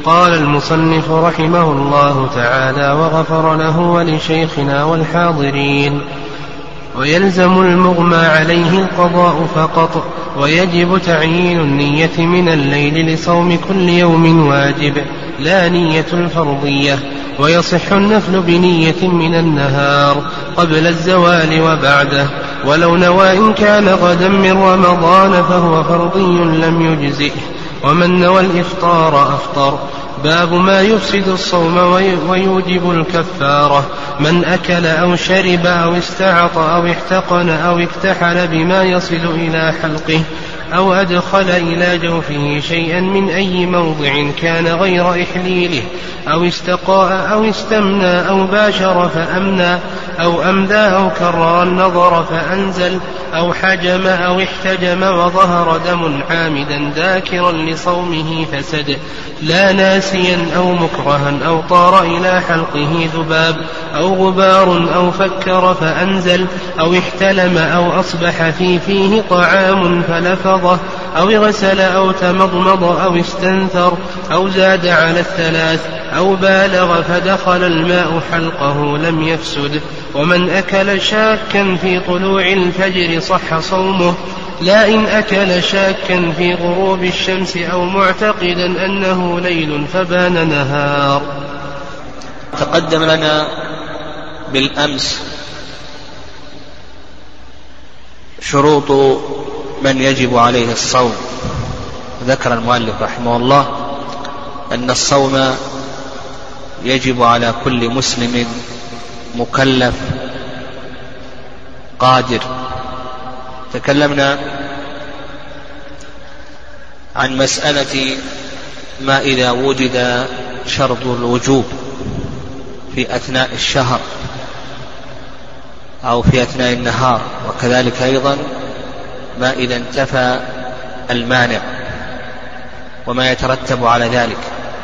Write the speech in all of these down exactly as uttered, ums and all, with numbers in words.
قال المصنف رحمه الله تعالى وغفر له ولشيخنا والحاضرين: ويلزم المغمى عليه القضاء فقط، ويجب تعيين النية من الليل لصوم كل يوم واجب لا نية الفرضية، ويصح النفل بنية من النهار قبل الزوال وبعده، ولو نوى إن كان غدا من رمضان فهو فرضي لم يجزئه، ومن نوى الإفطار أفطر. باب ما يفسد الصوم ويوجب الكفارة: من أكل أو شرب أو استعط أو احتقن أو اكتحل بما يصل إلى حلقه أو أدخل إلى جوفه شيئا من أي موضع كان غير إحليله، أو استقاء أو استمنى أو باشر فأمنى أو أمدى أو كرر النظر فأنزل أو حجم أو احتجم وظهر دم عامدا ذاكرا لصومه فسد، لا ناسيا أو مكرها أو طار إلى حلقه ذباب أو غبار أو فكر فأنزل أو احتلم أو أصبح في فيه طعام فلفظه أو غسل أو تمضمض أو استنثر أو زاد على الثلاث أو بالغ فدخل الماء حلقه لم يفسد. ومن أكل شاكا في طلوع الفجر صح صومه، لا إن أكل شاكا في غروب الشمس أو معتقدا أنه ليل فبان نهار. تقدم لنا بالأمس شروط من يجب عليه الصوم. ذكر المؤلف رحمه الله أن الصوم يجب على كل مسلم مكلف قادر. تكلمنا عن مسألة ما إذا وجد شرط الوجوب في أثناء الشهر أو في أثناء النهار، وكذلك أيضا ما إذا انتفى المانع وما يترتب على ذلك.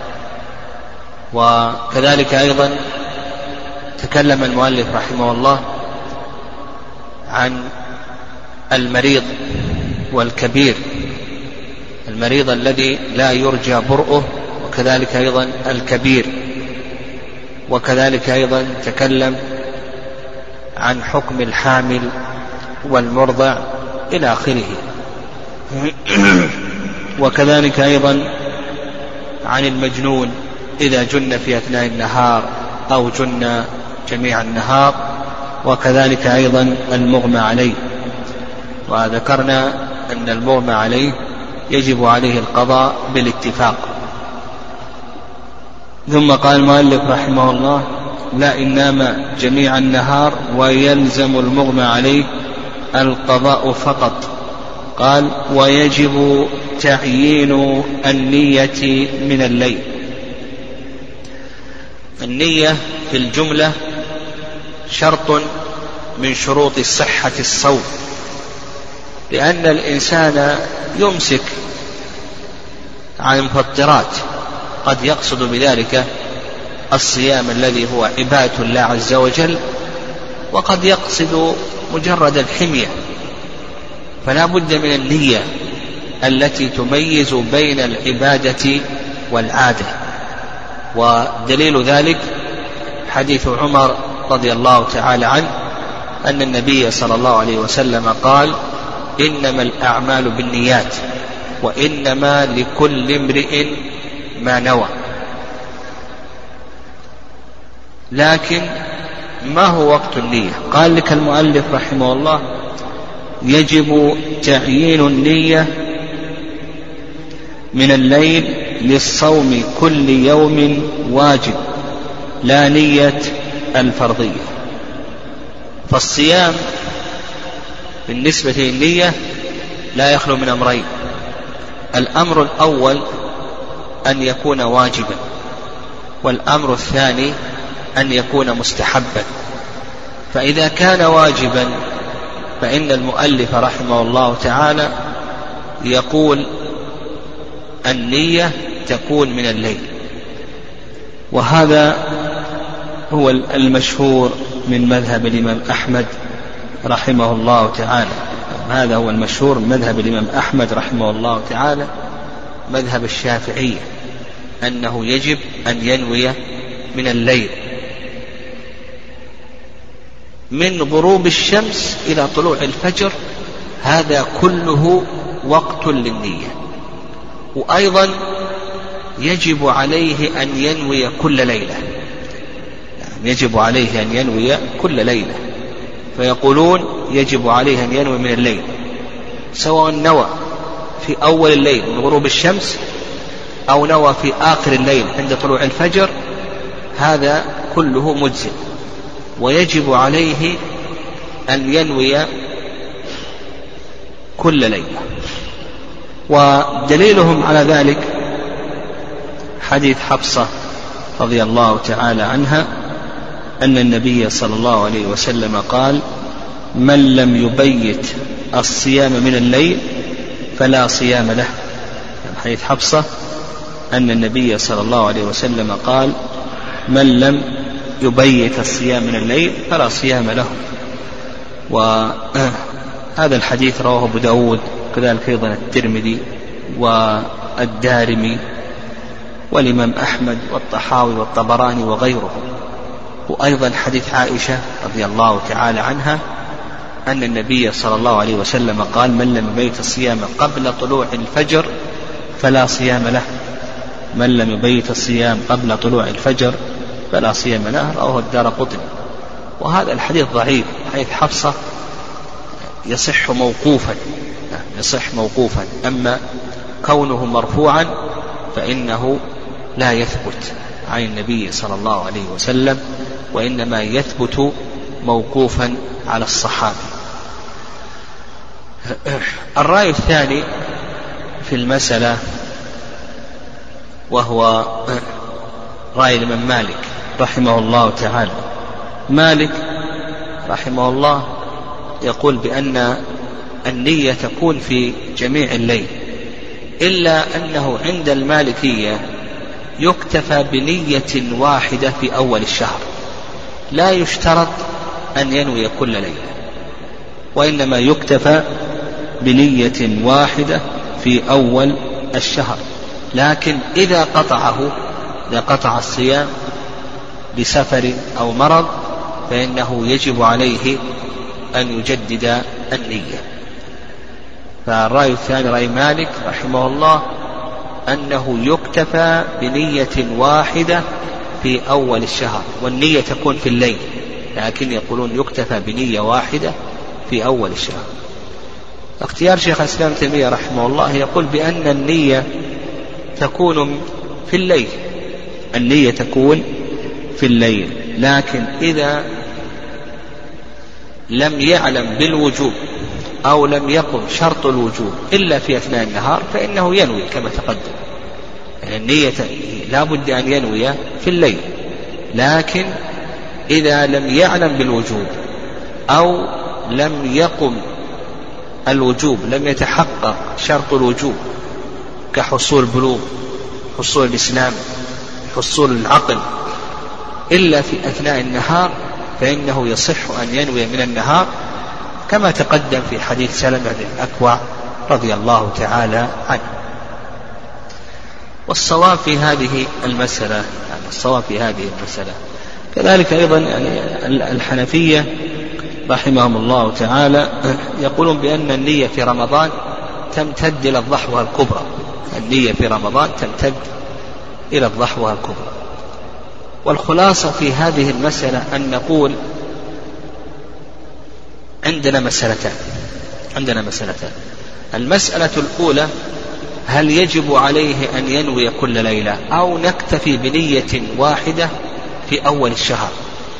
وكذلك أيضا تكلم المؤلف رحمه الله عن المريض والكبير، المريض الذي لا يرجى برؤه، وكذلك أيضا الكبير، وكذلك أيضا تكلم عن حكم الحامل والمرضع إلى آخره. وكذلك أيضا عن المجنون إذا جن في أثناء النهار أو جن جميع النهار، وكذلك أيضا المغمى عليه. وذكرنا أن المغمى عليه يجب عليه القضاء بالاتفاق. ثم قال المؤلف رحمه الله: لا إن نام جميع النهار ويلزم المغمى عليه القضاء فقط. قال: ويجب تعيين النية من الليل. النية في الجملة شرط من شروط صحة الصوم، لأن الإنسان يمسك عن مفطرات قد يقصد بذلك الصيام الذي هو عبادة الله عز وجل، وقد يقصد مجرد الحمية، فلا بد من النية التي تميز بين العبادة والعادة. ودليل ذلك حديث عمر رضي الله تعالى عنه أن النبي صلى الله عليه وسلم قال: إنما الأعمال بالنيات وإنما لكل امرئ ما نوى. لكن ما هو وقت النية؟ قال لك المؤلف رحمه الله: يجب تعيين النية من الليل للصوم كل يوم واجب لا نية الفرضية. فالصيام بالنسبة للنية لا يخلو من أمرين: الأمر الأول أن يكون واجبا، والأمر الثاني أن يكون مستحبا. فإذا كان واجبا فإن المؤلف رحمه الله تعالى يقول النية تكون من الليل، وهذا هو المشهور من مذهب الإمام أحمد رحمه الله تعالى. هذا هو المشهور من مذهب الإمام أحمد رحمه الله تعالى، مذهب الشافعية. أنه يجب أن ينوي من الليل من غروب الشمس إلى طلوع الفجر، هذا كله وقت للنية. وأيضا يجب عليه أن ينوي كل ليلة، يعني يجب عليه أن ينوي كل ليلة، فيقولون يجب عليه أن ينوي من الليل، سواء نوى في أول الليل من غروب الشمس أو نوى في آخر الليل عند طلوع الفجر، هذا كله مجزئ. ويجب عليه أن ينوي كل ليلة. ودليلهم على ذلك حديث حفصة رضي الله تعالى عنها أن النبي صلى الله عليه وسلم قال: من لم يبيت الصيام من الليل فلا صيام له. حديث حفصة أن النبي صلى الله عليه وسلم قال: من لم يبيت الصيام من الليل فلا صيام له. وهذا الحديث رواه أبو داود كذلك أيضا الترمذي والدارمي والإمام أحمد والطحاوي والطبراني وغيرهم. وأيضا حديث عائشة رضي الله تعالى عنها أن النبي صلى الله عليه وسلم قال: من لم يبيت الصيام قبل طلوع الفجر فلا صيام له. من لم يبيت الصيام قبل طلوع الفجر فلا صيام له، رواه الدارقطني. وهذا الحديث ضعيف، حديث حفصة يصح موقوفا، يصح موقوفا، أما كونه مرفوعا فإنه لا يثبت عن النبي صلى الله عليه وسلم، وإنما يثبت موقوفا على الصحابة. الرأي الثاني في المسألة وهو رأي الإمام مالك رحمه الله تعالى. مالك رحمه الله يقول بأن النية تكون في جميع الليل، إلا أنه عند المالكية يكتفى بنية واحدة في أول الشهر، لا يشترط أن ينوي كل ليلة، وإنما يكتفى بنية واحدة في أول الشهر. لكن إذا قطعه إذا قطع الصيام بسفر أو مرض فإنه يجب عليه أن يجدد النية. فالرأي الثاني رأي مالك رحمه الله أنه يكتفى بنية واحدة في أول الشهر، والنية تكون في الليل، لكن يقولون يكتفى بنية واحدة في أول الشهر. اختيار شيخ الإسلام ابن تيمية رحمه الله يقول بأن النية تكون في الليل، النية تكون في الليل، لكن إذا لم يعلم بالوجوب أو لم يقم شرط الوجوب إلا في أثناء النهار فإنه ينوي كما تقدم. يعني النية لا بد أن ينوي في الليل، لكن إذا لم يعلم بالوجوب أو لم يقم الوجوب، لم يتحقق شرط الوجوب كحصول البلوغ، حصول الإسلام، حصول العقل، إلا في أثناء النهار، فإنه يصح أن ينوي من النهار كما تقدم في حديث سلمة بن الأكوع رضي الله تعالى عنه. والصواب في هذه المسألة يعني الصواب في هذه المسألة كذلك أيضا يعني الحنفية رحمهم الله تعالى يقولون بأن النية في رمضان تمتد إلى الضحوة الكبرى، النية في رمضان تمتد إلى الضحوة الكبرى. والخلاصة في هذه المسألة أن نقول عندنا مسألتان عندنا مسألتان المسألة الأولى: هل يجب عليه أن ينوي كل ليلة أو نكتفي بنية واحدة في أول الشهر؟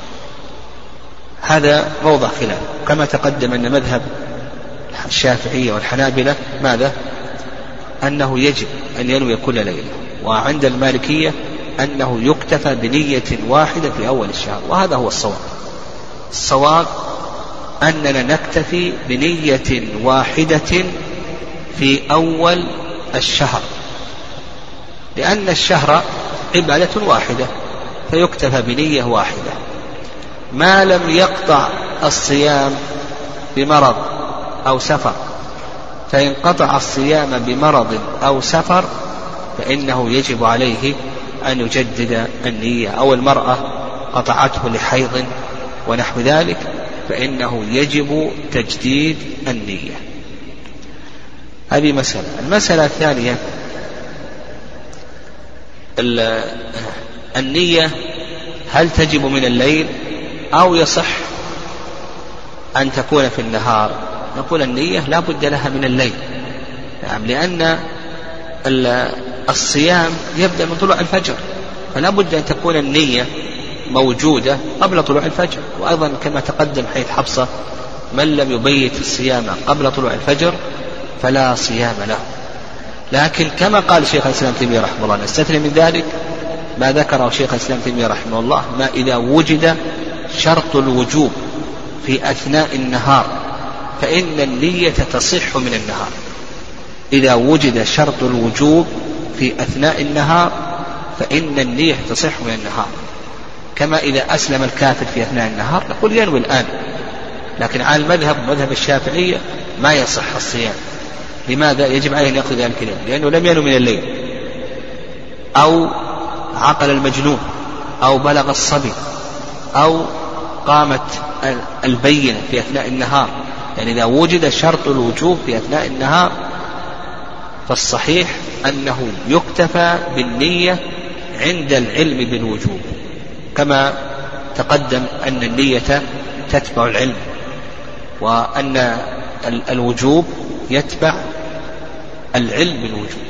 هذا موضع خلاف، كما تقدم أن مذهب الشافعية والحنابلة ماذا؟ أنه يجب أن ينوي كل ليلة، وعند المالكية أنه يكتفى بنية واحدة في أول الشهر، وهذا هو الصواب. الصواب أننا نكتفي بنية واحدة في أول الشهر، لأن الشهر عبادة واحدة فيكتفى بنية واحدة، ما لم يقطع الصيام بمرض أو سفر. فإن قطع الصيام بمرض أو سفر فإنه يجب عليه أن يجدد النية، أو المرأة قطعته لحيض ونحو ذلك فإنه يجب تجديد النية. هذه مسألة. المسألة الثانية النية هل تجب من الليل أو يصح أن تكون في النهار؟ نقول النية لا بد لها من الليل، نعم، لأن الصيام يبدأ من طلوع الفجر، فلا بد أن تكون النية موجودة قبل طلوع الفجر. وأيضا كما تقدم حديث حفصة من لم يبيت الصيام قبل طلوع الفجر فلا صيام له. لكن كما قال شيخ الإسلام تيمية رحمه الله نستثني من ذلك ما ذكره شيخ الإسلام تيمية رحمه الله ما إذا وجد شرط الوجوب في أثناء النهار فإن النية تصح من النهار. إذا وجد شرط الوجوب في أثناء النهار فإن النية تصح من النهار، كما إذا أسلم الكافر في أثناء النهار نقول ينوي الآن. لكن على المذهب مذهب الشافعية ما يصح الصيام. لماذا؟ يجب عليه أن يقضي ذلك اليوم لأنه لم ينو من الليل، أو عقل المجنون، أو بلغ الصبي، أو قامت البينة في أثناء النهار. يعني إذا وجد شرط الوجوب في أثناء النهار فالصحيح أنه يكتفى بالنية عند العلم بالوجوب، كما تقدم أن النية تتبع العلم، وأن الوجوب يتبع العلم بالوجوب.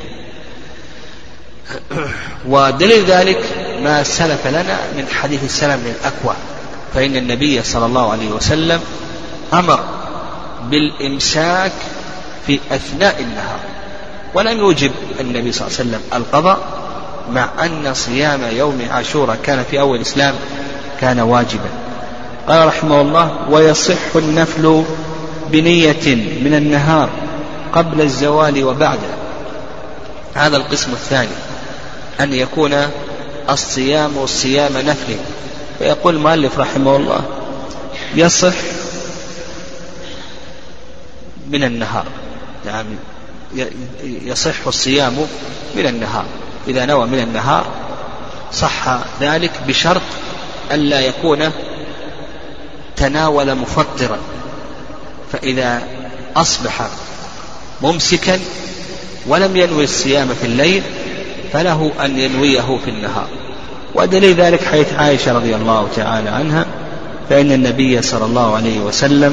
ودليل ذلك ما سلف لنا من حديث السلام بن الأكوع، فإن النبي صلى الله عليه وسلم أمر بالإمساك في أثناء النهار، ولم يوجب النبي صلى الله عليه وسلم القضاء، مع أن صيام يوم عاشوراء كان في أول الإسلام كان واجبا. قال رحمه الله: ويصح النفل بنية من النهار قبل الزوال وبعده. هذا القسم الثاني، أن يكون الصيام صيام نفل. فيقول المؤلف رحمه الله: يصح من النهار، يعني يصح الصيام من النهار، إذا نوى من النهار صح ذلك بشرط ألا يكون تناول مفطرا، فإذا أصبح ممسكا ولم ينوي الصيام في الليل فله أن ينويه في النهار. ودليل ذلك حديث عائشة رضي الله تعالى عنها، فإن النبي صلى الله عليه وسلم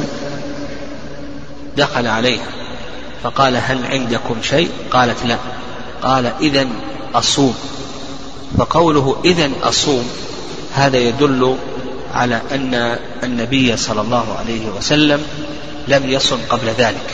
دخل عليها فقال: هل عندكم شيء؟ قالت: لا. قال: إذن أصوم. فقوله إذن أصوم هذا يدل على أن النبي صلى الله عليه وسلم لم يصم قبل ذلك.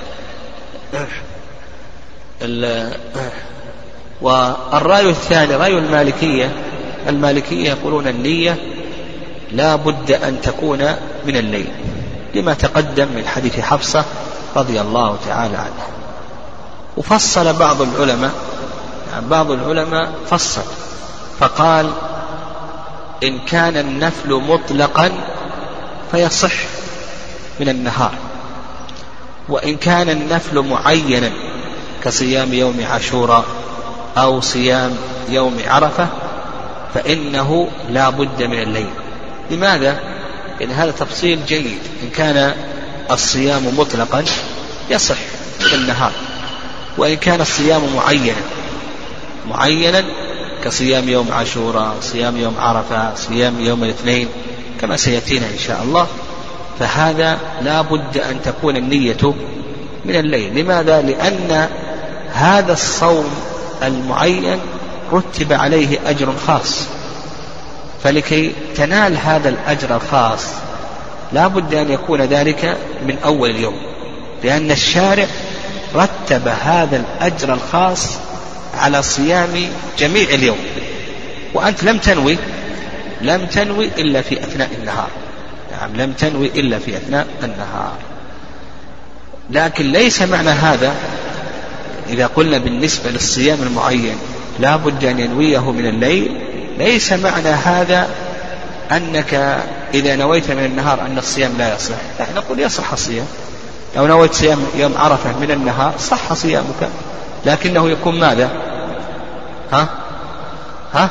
والرأي الثاني رأي المالكية. المالكية يقولون النية لا بد أن تكون من الليل، لما تقدم من حديث حفصة رضي الله تعالى عنها. وفصل بعض العلماء، يعني بعض العلماء فصل فقال: إن كان النفل مطلقا فيصح من النهار، وإن كان النفل معينا كصيام يوم عاشوراء أو صيام يوم عرفة فإنه لا بد من الليل. لماذا؟ لأن هذا تفصيل جيد. إن كان الصيام مطلقا يصح من النهار، وإن كان الصيام معينا معينا كصيام يوم عاشوراء، صيام يوم عرفة، صيام يوم الاثنين كما سيأتينا إن شاء الله، فهذا لا بد أن تكون النية من الليل. لماذا؟ لأن هذا الصوم المعين رتب عليه أجر خاص، فلكي تنال هذا الأجر الخاص لا بد أن يكون ذلك من أول اليوم، لأن الشارع رتب هذا الأجر الخاص على صيام جميع اليوم، وأنت لم تنوي لم تنوي إلا في أثناء النهار. نعم، لم تنوي إلا في أثناء النهار. لكن ليس معنى هذا إذا قلنا بالنسبة للصيام المعين لا بد أن ينويه من الليل، ليس معنى هذا أنك إذا نويت من النهار أن الصيام لا يصح. لا، نقول يصح الصيام. لو نويت صيام يوم عرفة من النهار صح صيامك، لكنه يكون ماذا؟ ها ها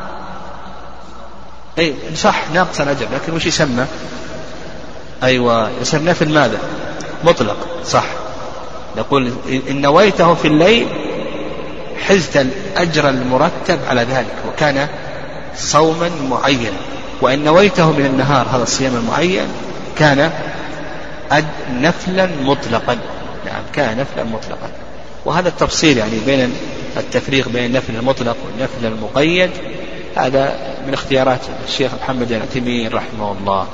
أي صح ناقص الأجر، لكن وش يسمى؟ أيوة يصير نفل ماذا؟ مطلق. صح، نقول إن نويته في الليل حزت الأجر المرتب على ذلك وكان صوما معينا، وإن نويته من النهار هذا الصيام المعين كان نفلا مطلقا. نعم كان نفلا مطلقا. وهذا التفصيل يعني بين التفريق بين النفل المطلق والنفل المقيد هذا من اختيارات الشيخ محمد العثيمين رحمه الله.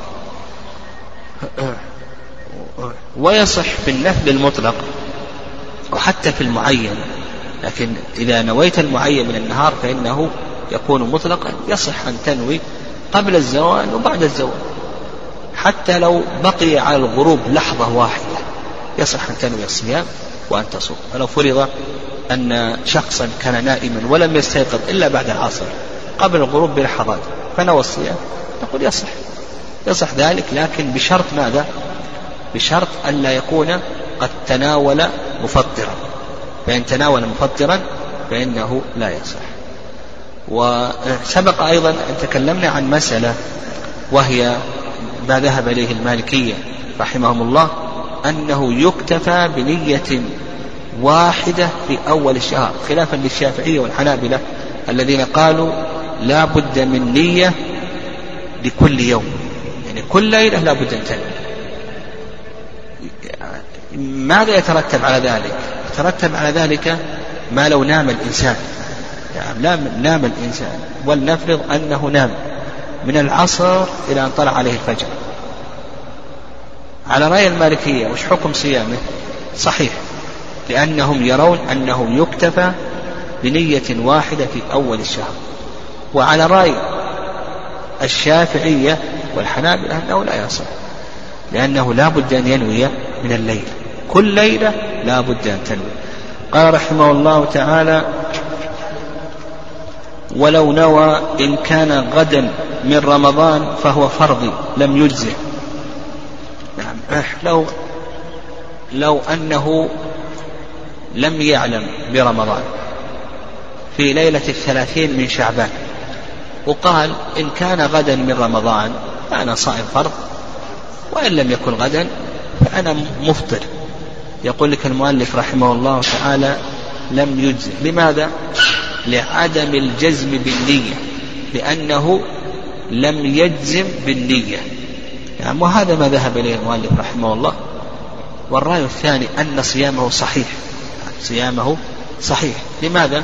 ويصح في النفل المطلق وحتى في المعين، لكن إذا نويت المعين من النهار فإنه يكون مطلقا، يصح أن تنوي قبل الزوال وبعد الزوال، حتى لو بقي على الغروب لحظة واحدة يصح أن تنوي الصيام وأن تصوم. ولو فرض أن شخصا كان نائما ولم يستيقظ إلا بعد العصر قبل الغروب بلحظات فنوى الصيام، نقول يصح يصح ذلك، لكن بشرط ماذا؟ بشرط أن لا يكون قد تناول مفطرا، فإن تناول مفطرا فإنه لا يصح. وسبق أيضا أن تكلمنا عن مسألة وهي ما ذهب إليه المالكية رحمهم الله، أنه يكتفى بنية واحدة في أول الشهر، خلافا للشافعية والحنابلة الذين قالوا لا بد من نية لكل يوم، يعني كل ليلة لا بد أن تنوي. ماذا يترتب على ذلك؟ يترتب على ذلك ما لو نام الإنسان، يعني نام الإنسان ولنفرض أنه نام من العصر إلى أن طلع عليه الفجر، على رأي المالكية وش حكم صيامه؟ صحيح، لأنهم يرون أنه يكتفى بنية واحدة في أول الشهر. وعلى رأي الشافعية والحنابلة أنه لا يصح، لأنه لا بد أن ينوي من الليل، كل ليلة لا بد أن تنوي. قال رحمه الله تعالى: ولو نوى إن كان غدا من رمضان فهو فرضي لم يجزه. نعم، لو لو أنه لم يعلم برمضان في ليلة الثلاثين من شعبان وقال إن كان غدا من رمضان فأنا صائم فرض، وإن لم يكن غدا فأنا مفطر، يقول لك المؤلف رحمه الله تعالى لم يجزه. لماذا؟ لعدم الجزم بالنية، لأنه لم يجزم بالنية. يعني وهذا ما ذهب إليه المؤلف رحمه الله. والرأي الثاني أن صيامه صحيح، صيامه صحيح. لماذا؟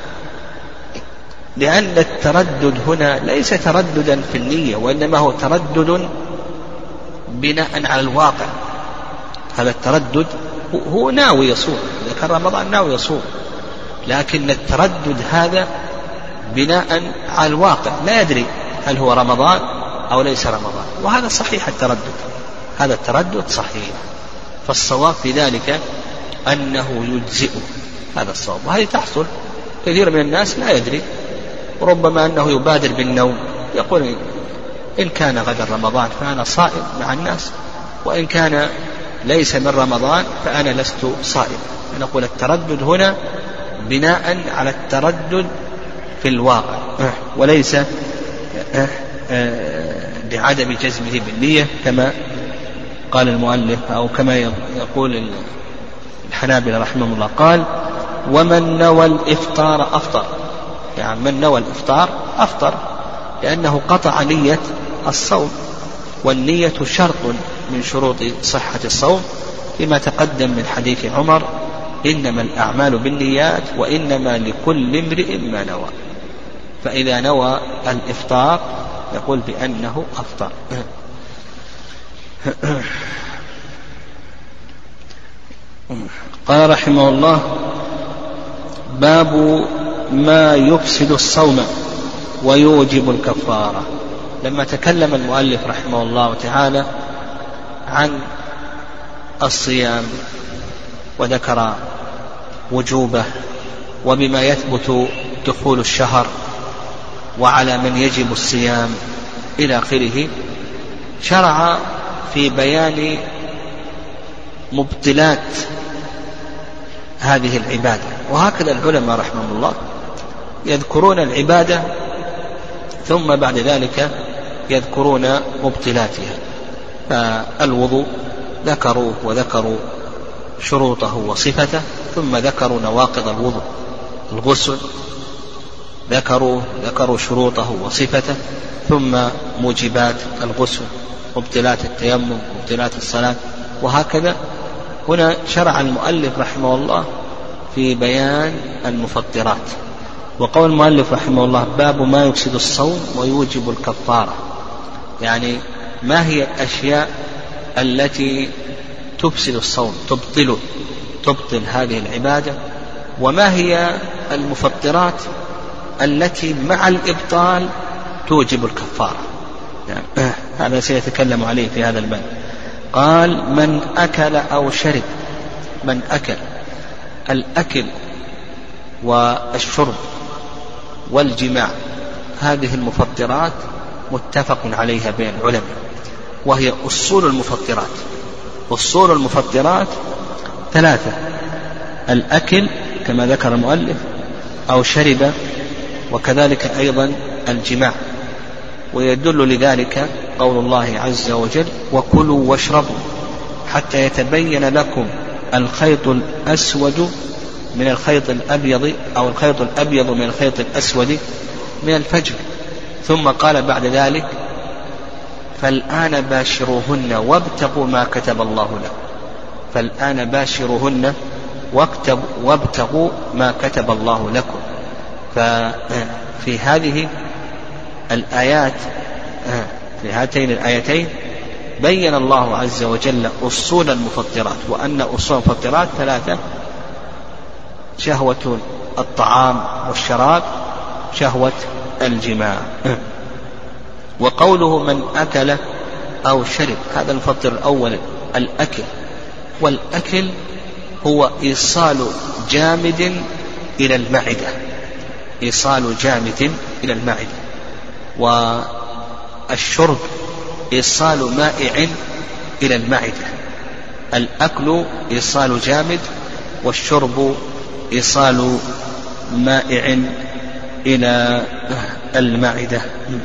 لأن التردد هنا ليس ترددا في النية، وإنما هو تردد بناء على الواقع. هذا التردد هو ناوي يصوم، إذا كان رمضان ناوي يصوم، لكن التردد هذا بناء على الواقع، لا يدري هل هو رمضان أو ليس رمضان، وهذا صحيح التردد، هذا التردد صحيح. فالصواب في ذلك أنه يجزئه، هذا الصواب. وهذه تحصل كثير من الناس لا يدري، ربما أنه يبادر بالنوم، يقول إن كان غدا رمضان فأنا صائم مع الناس، وإن كان ليس من رمضان فأنا لست صائم. نقول التردد هنا بناء على التردد في الواقع، وليس لعدم جزمه بالنية كما قال المؤلف أو كما يقول الحنابلة رحمه الله. قال: ومن نوى الإفطار أفطر. يعني من نوى الإفطار أفطر، لأنه قطع نية الصوم، والنية شرط من شروط صحة الصوم، لما تقدم من حديث عمر: إنما الأعمال بالنيات وإنما لكل امرئ ما نوى. فإذا نوى الإفطار يقول بأنه أفطر. قال رحمه الله: باب ما يفسد الصوم ويوجب الكفارة. لما تكلم المؤلف رحمه الله تعالى عن الصيام وذكر وجوبه وبما يثبت دخول الشهر وعلى من يجب الصيام إلى آخره، شرع في بيان مبطلات هذه العبادة. وهكذا العلماء رحمهم الله يذكرون العبادة ثم بعد ذلك يذكرون مبطلاتها. فالوضوء ذكروا وذكروا شروطه وصفته، ثم ذكروا نواقض الوضوء. الغسل ذكروا ذكروا شروطه وصفته، ثم موجبات الغسل، مبطلات التيمم، مبطلات الصلاة، وهكذا. هنا شرع المؤلف رحمه الله في بيان المفطرات. وقول المؤلف رحمه الله: باب ما يفسد الصوم ويوجب الكفارة، يعني ما هي الأشياء التي تفسد الصوم، تبطل تبطل هذه العبادة، وما هي المفطرات التي مع الإبطال توجب الكفارة. يعني هذا سيتكلم عليه في هذا الباب. قال: من أكل أو شرب. من أكل، الأكل والشرب والجماع، هذه المفطرات متفق عليها بين العلماء، وهي أصول المفطرات. أصول المفطرات ثلاثة: الأكل كما ذكر المؤلف، أو شرب، وكذلك أيضا الجماع. ويدل لذلك قول الله عز وجل: وكلوا واشربوا حتى يتبين لكم الخيط الأسود من الخيط الأبيض، أو الخيط الأبيض من الخيط الأسود من الفجر. ثم قال بعد ذلك: فالآن باشروهن وابتغوا ما كتب الله لكم. فالآن باشروهن وابتغوا ما كتب الله لكم. ففي هذه الآيات، في هاتين الآيتين، بين الله عز وجل أصول المفطرات، وأن أصول المفطرات ثلاثة: شهوة الطعام والشراب، شهوة الجماع. وقوله من أكل أو شرب، هذا المفطر الأول الأكل. والأكل هو إيصال جامد إلى المعدة، إيصال جامد إلى المعدة. والشرب إيصال مائع إلى المعدة. الأكل إيصال جامد، والشرب إيصال مائع إلى المعدة.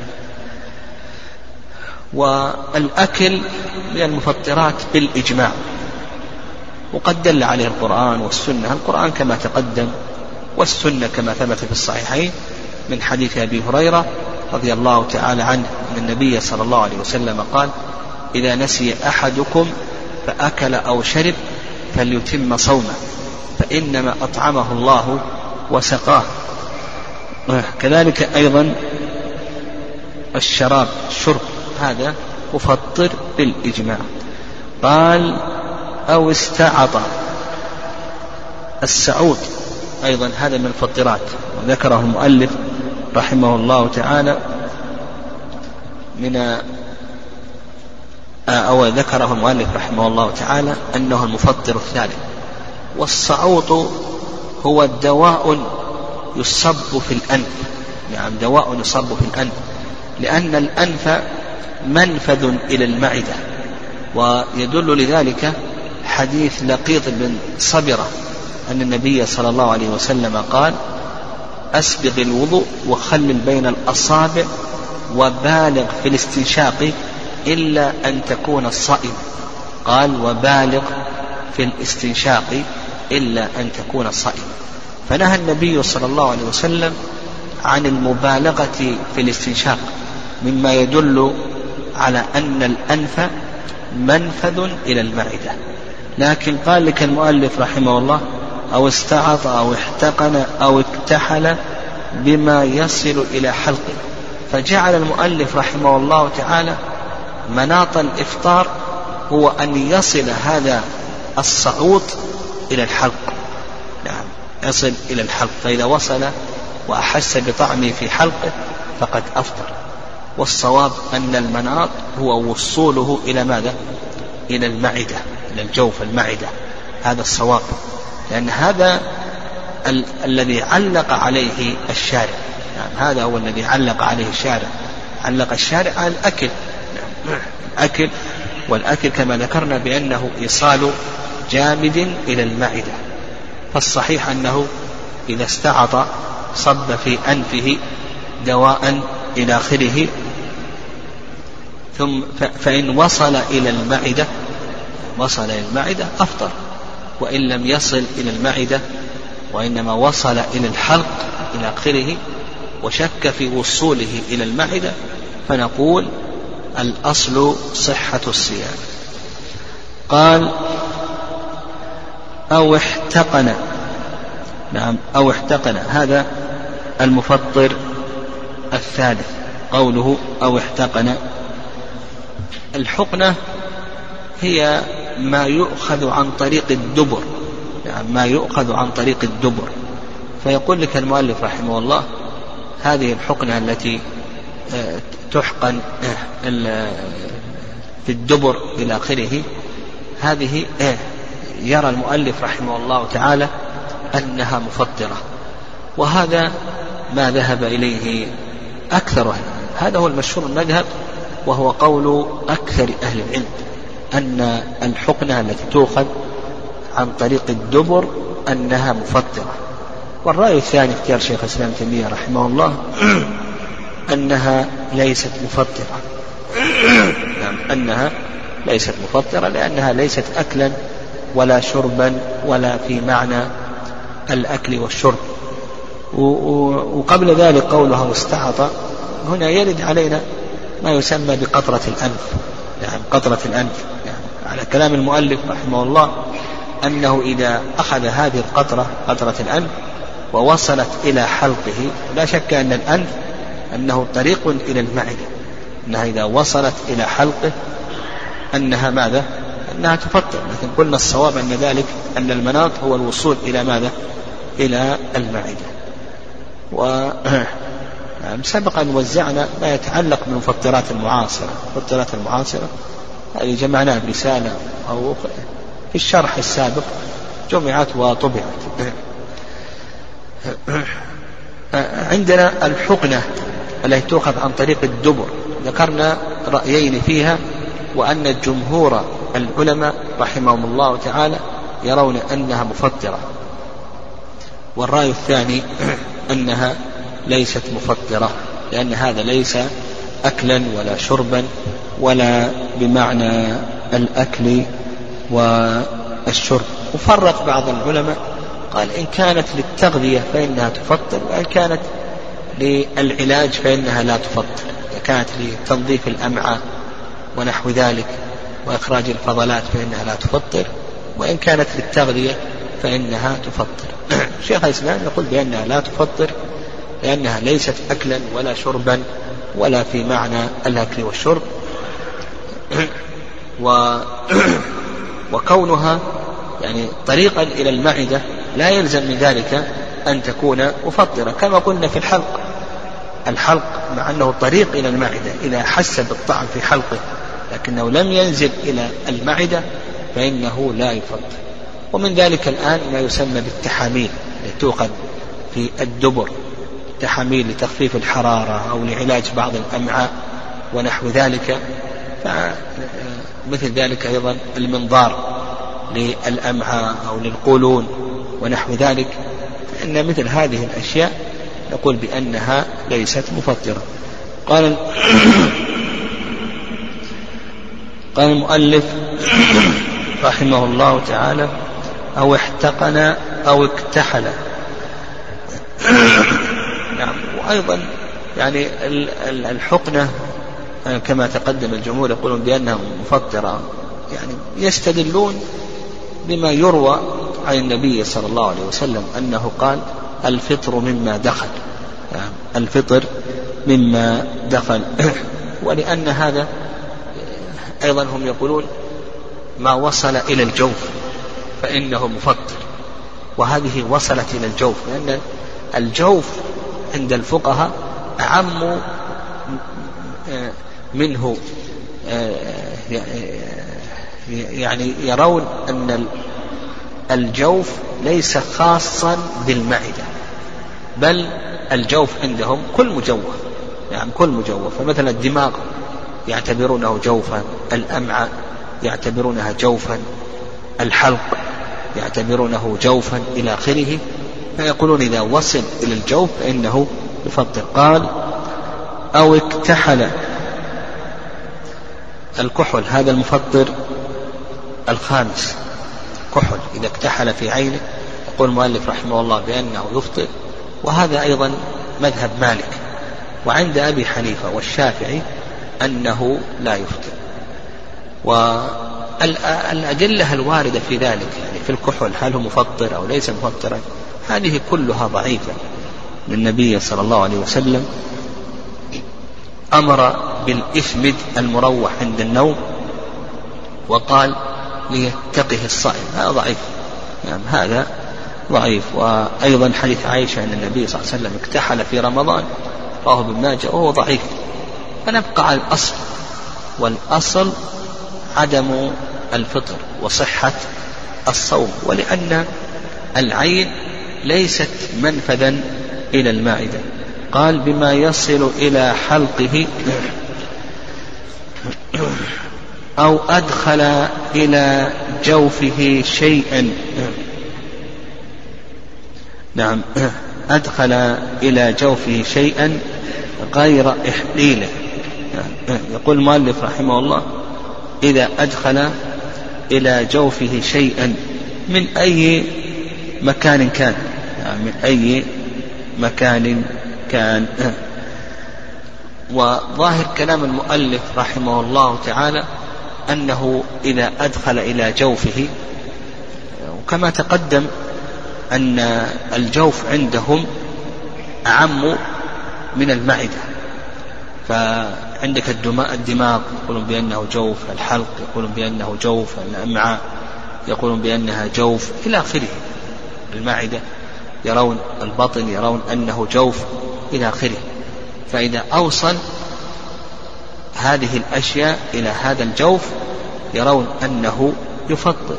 والأكل من المفطرات بالإجماع، وقد دل عليه القرآن والسنة. القرآن كما تقدم، والسنة كما ثبت في الصحيحين من حديث أبي هريرة رضي الله تعالى عنه أن النبي صلى الله عليه وسلم قال: إذا نسي أحدكم فأكل أو شرب فليتم صومه، فإنما أطعمه الله وسقاه. كذلك أيضا الشراب، الشرب، هذا مفطر بالإجماع. قال: أو استعط. السعوط أيضا هذا من الفطرات، وذكره المؤلف رحمه الله تعالى من أو ذكره المؤلف رحمه الله تعالى أنه المفطر الثالث. والسعوط هو الدواء يصب في الأنف، يعني دواء يصب في الأنف، لأن الأنف منفذ إلى المعدة. ويدل لذلك حديث لقيط بن صبرة أن النبي صلى الله عليه وسلم قال: أسبغ الوضوء وخلل بين الأصابع وبالغ في الاستنشاق إلا أن تكون صائم. قال: وبالغ في الاستنشاق إلا أن تكون صائم. فنهى النبي صلى الله عليه وسلم عن المبالغة في الاستنشاق، مما يدل على أن الأنف منفذ إلى المعدة. لكن قال لك المؤلف رحمه الله: أو استعط أو احتقن أو اكتحل بما يصل إلى حلقه. فجعل المؤلف رحمه الله تعالى مناط الإفطار هو أن يصل هذا الصعوط إلى الحلق، نعم، يصل إلى الحلق. فإذا وصل وأحس بطعمه في حلقه فقد أفطر. والصواب أن المناط هو وصوله إلى ماذا؟ إلى المعدة، إلى الجوف، المعدة. هذا الصواب، لأن هذا ال- الذي علق عليه الشارع، يعني هذا هو الذي علق عليه الشارع. علق الشارع على الأكل، الأكل والأكل كما ذكرنا بأنه إيصال جامد إلى المعدة. فالصحيح أنه إذا استعط صب في أنفه دواء إلى آخره، ثم فإن وصل إلى المعدة وصل إلى المعدة أفطر، وإن لم يصل إلى المعدة وإنما وصل إلى الحلق إلى آخره وشك في وصوله إلى المعدة فنقول الأصل صحة الصيام. قال أو احتقن، نعم أو احتقن، هذا المفطر الثالث قوله أو احتقن. الحقنة هي ما يؤخذ عن طريق الدبر، يعني ما يؤخذ عن طريق الدبر. فيقول لك المؤلف رحمه الله هذه الحقنة التي تحقن في الدبر إلى آخره، هذه يرى المؤلف رحمه الله تعالى أنها مفطرة، وهذا ما ذهب إليه أكثر أهل، هذا هو المشهور المذهب وهو قول أكثر أهل العلم أن الحقنة التي تؤخذ عن طريق الدبر أنها مفطرة. والرأي الثاني اختيار شيخ الإسلام تيمية رحمه الله أنها ليست مفطرة نعم أنها ليست مفطرة لأنها ليست أكلا ولا شربا ولا في معنى الأكل والشرب. وقبل ذلك قولها واستعط، هنا يرد علينا ما يسمى بقطرة الأنف، يعني قطرة الأنف، يعني على كلام المؤلف رحمه الله أنه إذا أخذ هذه القطرة قطرة الأنف ووصلت إلى حلقه، لا شك أن الأنف أنه طريق إلى المعدة، أنها إذا وصلت إلى حلقه أنها ماذا؟ أنها تفطر. لكن قلنا الصواب أن ذلك أن المناط هو الوصول إلى ماذا؟ إلى المعدة. وسبق أن وزعنا ما يتعلق بالمفطرات المعاصرة. المفطرات المعاصرة هذه جمعناها برسالة أو في الشرح السابق جمعت وطبعت. عندنا الحقنة التي تؤخذ عن طريق الدبر، ذكرنا رأيين فيها، وأن الجمهور العلماء رحمهم الله تعالى يرون أنها مفطرة، والرأي الثاني أنها ليست مفطرة، لأن هذا ليس أكلا ولا شربا ولا بمعنى الأكل والشرب. وفرق بعض العلماء قال إن كانت للتغذية فإنها تفطر، وإن كانت للعلاج فإنها لا تفطر، إذا كانت لتنظيف الأمعاء ونحو ذلك وإخراج الفضلات فإنها لا تفطر، وإن كانت للتغذية فإنها تفطر. شيخ الإسلام يقول بأنها لا تفطر لأنها ليست أكلا ولا شربا ولا في معنى الأكل والشرب، و وكونها يعني طريقا إلى المعدة لا يلزم من ذلك أن تكون مفطرة، كما قلنا في الحلق. الحلق مع أنه طريق إلى المعدة إذا حس بالطعم في حلقه لكنه لم ينزل إلى المعدة فإنه لا يفطر. ومن ذلك الآن ما يسمى بالتحاميل التي تؤخذ في الدبر، تحاميل لتخفيف الحرارة أو لعلاج بعض الأمعاء ونحو ذلك. فمثل ذلك أيضا المنظار للأمعاء أو للقولون ونحو ذلك، فإن مثل هذه الأشياء نقول بأنها ليست مفطرة. قال قال المؤلف رحمه الله تعالى أو احتقن أو اكتحل. نعم. وأيضا يعني الحقنة كما تقدم الجمهور يقولون بأنها مفطرة، يعني يستدلون بما يروى عن النبي صلى الله عليه وسلم أنه قال الفطر مما دخل، يعني الفطر مما دخل. ولأن هذا أيضا هم يقولون ما وصل إلى الجوف فإنه مفطر، وهذه وصلت إلى الجوف، لأن الجوف عند الفقهاء أعم منه، يعني يرون أن الجوف ليس خاصا بالمعدة، بل الجوف عندهم كل مجوف، يعني كل مجوف. فمثلا الدماغ يعتبرونه جوفا، الأمعاء يعتبرونها جوفا، الحلق يعتبرونه جوفا إلى آخره. فيقولون إذا وصل إلى الجوف فإنه يفطر. قال أو اكتحل. الكحل هذا المفطر الخامس، كحل إذا اكتحل في عينه يقول المؤلف رحمه الله بأنه يفطر، وهذا أيضا مذهب مالك، وعند أبي حنيفة والشافعي أنه لا يفطر. والأدلة الواردة في ذلك يعني في الكحل هل هو مفطر أو ليس مفطرا هذه كلها ضعيفة. النبي صلى الله عليه وسلم أمر بالإثمد المروح عند النوم وقال ليتقه الصائم، هذا ضعيف يعني هذا ضعيف. وأيضا حديث عائشة أن النبي صلى الله عليه وسلم اكتحل في رمضان رواه ابن ماجه وهو ضعيف. فنبقى على الأصل، والأصل عدم الفطر وصحة الصوم، ولأن العين ليست منفذا إلى المعدة. قال بما يصل إلى حلقه أو أدخل إلى جوفه شيئا. نعم، أدخل إلى جوفه شيئا غير إحليله. يقول المؤلف رحمه الله إذا أدخل إلى جوفه شيئا من أي مكان كان، يعني من أي مكان كان. وظاهر كلام المؤلف رحمه الله تعالى أنه إذا أدخل إلى جوفه، وكما تقدم أن الجوف عندهم أعم من المعدة، فعندك الدماغ يقولون بأنه جوف، الحلق يقولون بأنه جوف، الأمعاء يقولون بأنها جوف إلى آخره، المعدة يرون، البطن يرون أنه جوف إلى آخره. فإذا أوصل هذه الأشياء إلى هذا الجوف يرون أنه يفطر.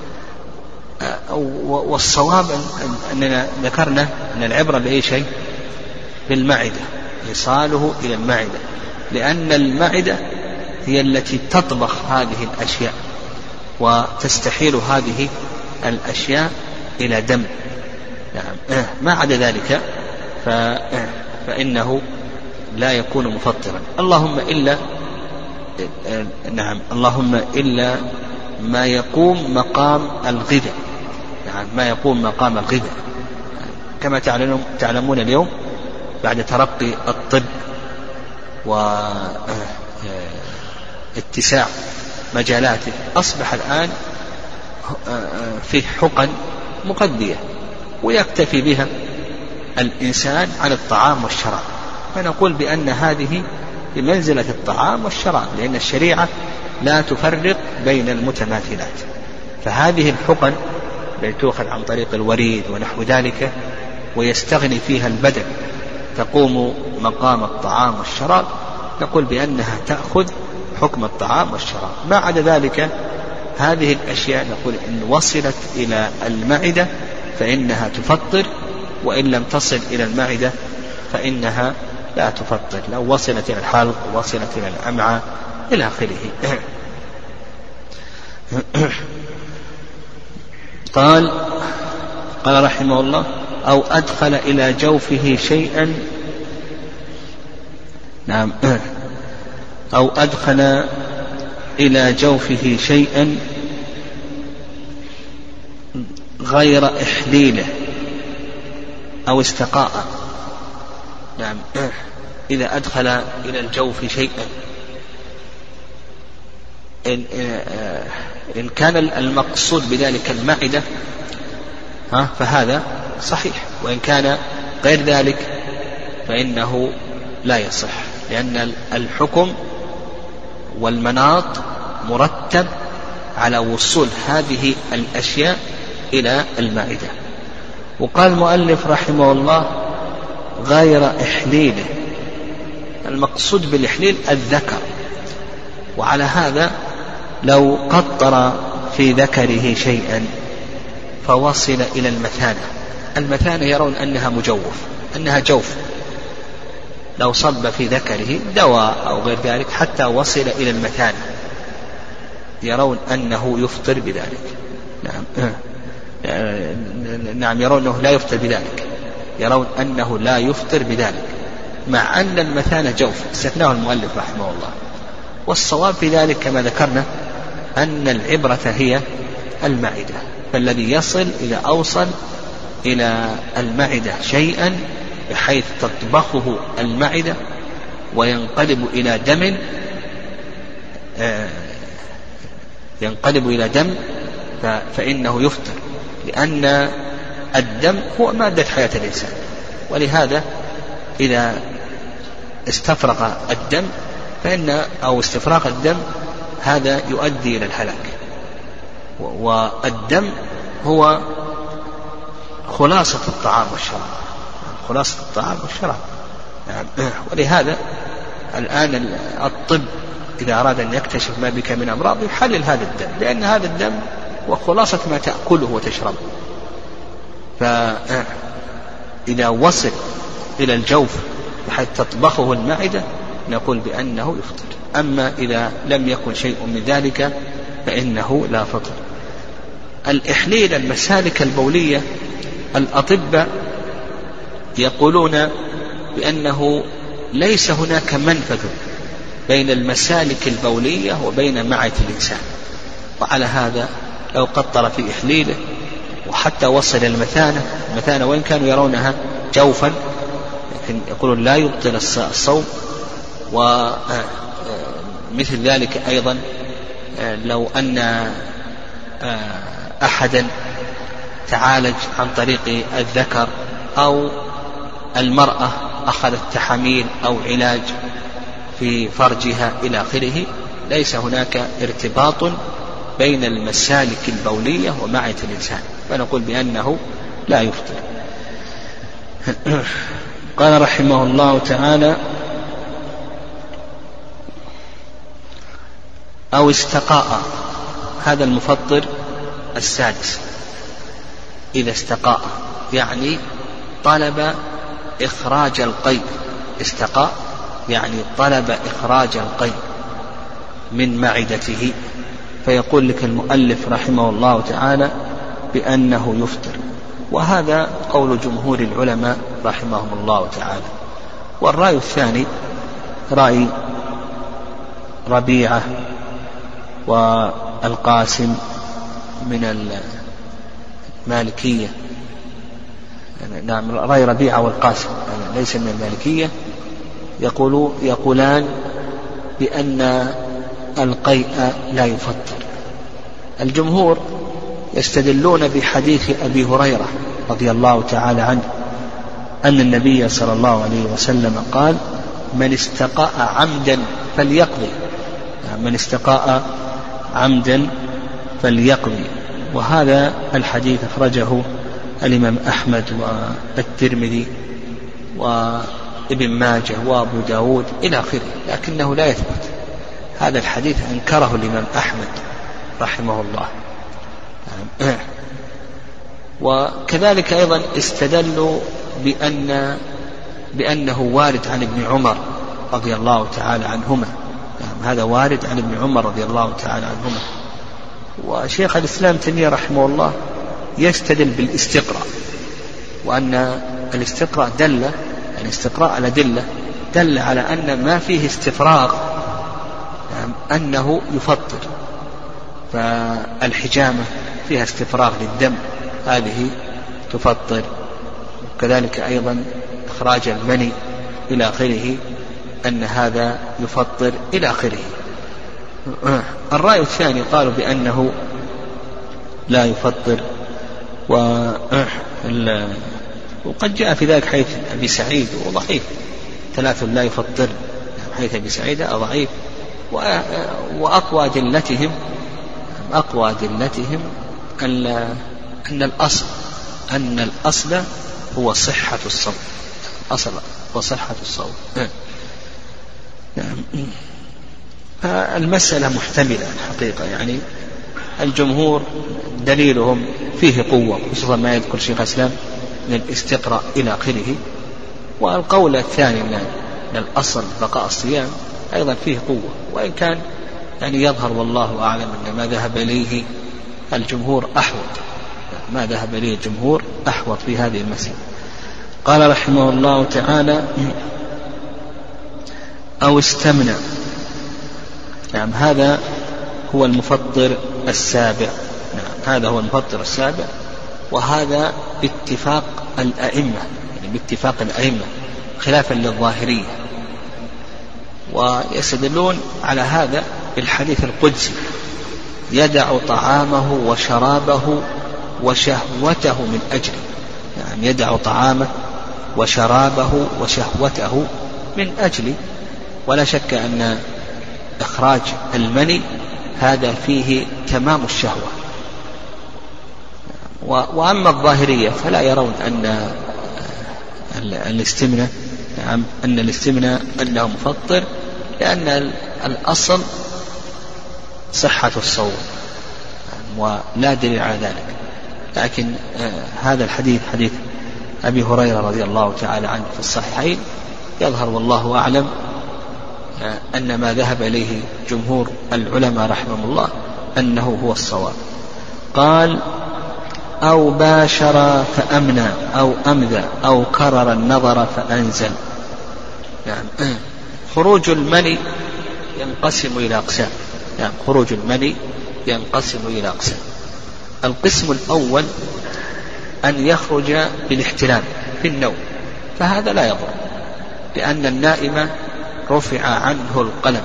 والصواب أننا ذكرنا أن العبرة بأي شيء؟ بالمعدة، إيصاله إلى المعدة، لأن المعدة هي التي تطبخ هذه الأشياء وتستحيل هذه الأشياء إلى دم. نعم، ما عدا ذلك فإنه لا يكون مفطرا، اللهم إلا نعم اللهم إلا ما يقوم مقام الغذاء، نعم ما يقوم مقام الغذاء. كما تعلمون اليوم بعد ترقي الطب واتساع مجالاته أصبح الآن فيه حقن مغذية ويكتفي بها الإنسان عن الطعام والشراب، فنقول بأن هذه بمنزلة الطعام والشراب، لأن الشريعة لا تفرق بين المتماثلات. فهذه الحقن التي تؤخذ عن طريق الوريد ونحو ذلك ويستغني فيها البدن تقوم مقام الطعام والشراب، نقول بأنها تأخذ حكم الطعام والشراب. ما عدا ذلك هذه الأشياء نقول إن وصلت إلى المعدة فإنها تفطر، وإن لم تصل إلى المعدة فإنها لا تفطر، لو وصلت إلى الحلق ووصلت إلى الأمعاء إلى آخره. قال قال رحمه الله أو أدخل إلى جوفه شيئا، نعم أو أدخل إلى جوفه شيئا غير إحليله أو استقاء. نعم، إذا أدخل إلى الجوف شيئا إن, إن كان المقصود بذلك المعدة ها فهذا صحيح، وإن كان غير ذلك فإنه لا يصح، لأن الحكم والمناط مرتب على وصول هذه الأشياء إلى المعدة. وقال المؤلف رحمه الله غير إحليله، المقصود بالإحليل الذكر، وعلى هذا لو قطر في ذكره شيئا فوصل إلى المثانة، المثانة يرون أنها مجوف، أنها جوف، لو صب في ذكره دواء أو غير ذلك حتى وصل إلى المثانة يرون أنه يفطر بذلك. نعم، نعم يرون أنه لا يفطر بذلك، يرون أنه لا يفطر بذلك، مع أن المثانة جوف استثناه المؤلف رحمه الله. والصواب في ذلك كما ذكرنا أن العبرة هي المعدة، فالذي يصل إذا أوصل إلى المعدة شيئا بحيث تطبخه المعدة وينقلب إلى دم ينقلب إلى دم فإنه يفطر، لأن الدم هو مادة حياة الإنسان، ولهذا إذا استفرغ الدم فإن أو استفراغ الدم هذا يؤدي إلى الهلاك، والدم هو خلاصة الطعام والشراب، خلاصة الطعام والشراب. ولهذا الآن الطب إذا أراد أن يكتشف ما بك من أمراض يحلل هذا الدم، لأن هذا الدم هو خلاصة ما تأكله وتشربه. فإذا وصل إلى الجوف بحيث تطبخه المعدة نقول بأنه يفطر. أما إذا لم يكن شيء من ذلك فإنه لا فطر. الإحليل المسالك البولية الأطباء يقولون بأنه ليس هناك منفذ بين المسالك البولية وبين معدة الإنسان، وعلى هذا لو قطر في إحليله وحتى وصل المثانة، المثانة وإن كانوا يرونها جوفا لكن يقولون لا يبطل الصوم. ومثل ذلك أيضا لو أن أحدا تعالج عن طريق الذكر أو المرأة أخذت تحاميل أو علاج في فرجها إلى آخره، ليس هناك ارتباط بين المسالك البولية ومعدة الإنسان، فنقول بأنه لا يفطر. قال رحمه الله تعالى: أو استقاء، هذا المفطر السادس. إذا استقاء يعني طلب إخراج القيء، استقاء يعني طلب إخراج القيء من معدته، فيقول لك المؤلف رحمه الله تعالى بأنه يفطر. وهذا قول جمهور العلماء رحمهم الله تعالى. والرأي الثاني رأي ربيعة والقاسم من المالكية، نعم رأي ربيعة والقاسم ليس من المالكية، يقولوا يقولان بأن القيء لا يفطر. الجمهور يستدلون بحديث أبي هريرة رضي الله تعالى عنه أن النبي صلى الله عليه وسلم قال: من استقاء عمدا فليقضي، من استقاء عمدا فليقضي. وهذا الحديث أخرجه الإمام أحمد والترمذي وابن ماجه وابو داود إلى آخره، لكنه لا يثبت. هذا الحديث أنكره الإمام أحمد رحمه الله. وكذلك أيضا استدلوا بأن بأنه وارد عن ابن عمر رضي الله تعالى عنهما، هذا وارد عن ابن عمر رضي الله تعالى عنهما. وشيخ الإسلام تيمية رحمه الله يستدل بالاستقراء، وأن الاستقراء دل الاستقراء على دلة دل على أن ما فيه استفراغ أنه يفطر. فالحجامة فيها استفراغ للدم، هذه تفطر. كذلك أيضا إخراج المني إلى آخره أن هذا يفطر إلى آخره. الرأي الثاني قالوا بأنه لا يفطر. وقد جاء في ذلك حيث أبي سعيد وضعيف، ثلاث لا يفطر حيث أبي سعيد ضعيف. وأقوى دلتهم أقوى دلتهم أن الأصل أن الأصل هو صحة الصوم، أصل هو صحة الصوم. المسألة محتملة الحقيقة، يعني الجمهور دليلهم فيه قوة، خصوصا ما يذكر شيخ الإسلام من الاستقراء إلى آخره. والقول الثاني من الأصل بقاء الصيام أيضا فيه قوة، وإن كان يعني يظهر والله أعلم أن ما ذهب إليه الجمهور أحوط ما ذهب إليه الجمهور أحوط في هذه المسألة. قال رحمه الله تعالى أو استمنى. نعم هذا هو المفطر السابع. نعم هذا هو المفطر السابع، وهذا باتفاق الأئمة، يعني باتفاق الأئمة خلافا للظاهرية. ويستدلون على هذا بالحديث القدسي: يدع طعامه وشرابه وشهوته من أجله. يعني يدع طعامه وشرابه وشهوته من أجله. ولا شك أن إخراج المني هذا فيه تمام الشهوة. وأما الظاهرية فلا يرون أن الاستمناء نعم أن الاستمناء أنه مفطر، لأن الأصل صحة الصوم ولا دليل على ذلك. لكن آه هذا الحديث حديث أبي هريرة رضي الله تعالى عنه في الصحيحين يظهر والله أعلم آه أن ما ذهب إليه جمهور العلماء رحمهم الله أنه هو الصواب. قال: أو باشر فأمنى أو أمذى أو كرر النظر فأنزل. يعني خروج المني ينقسم إلى أقسام. يعني خروج المني ينقسم إلى أقسام. القسم الأول أن يخرج بالاحتلام في النوم، فهذا لا يضر، لأن النائم رفع عنه القلم.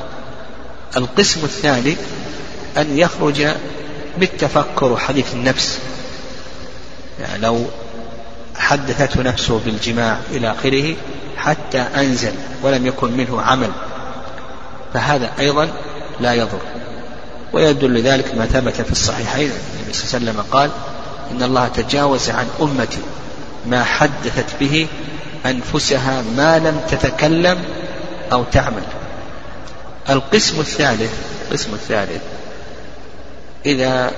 القسم الثاني أن يخرج بالتفكر حديث النفس، يعني لو حدثته نفسه بالجماع إلى آخره حتى أنزل ولم يكن منه عمل، فهذا أيضا لا يضر. ويدل لذلك ما ثبت في الصحيحين النبي صلى الله عليه وسلم قال: إن الله تجاوز عن أمتي ما حدثت به أنفسها ما لم تتكلم أو تعمل. القسم الثالث القسم الثالث إذا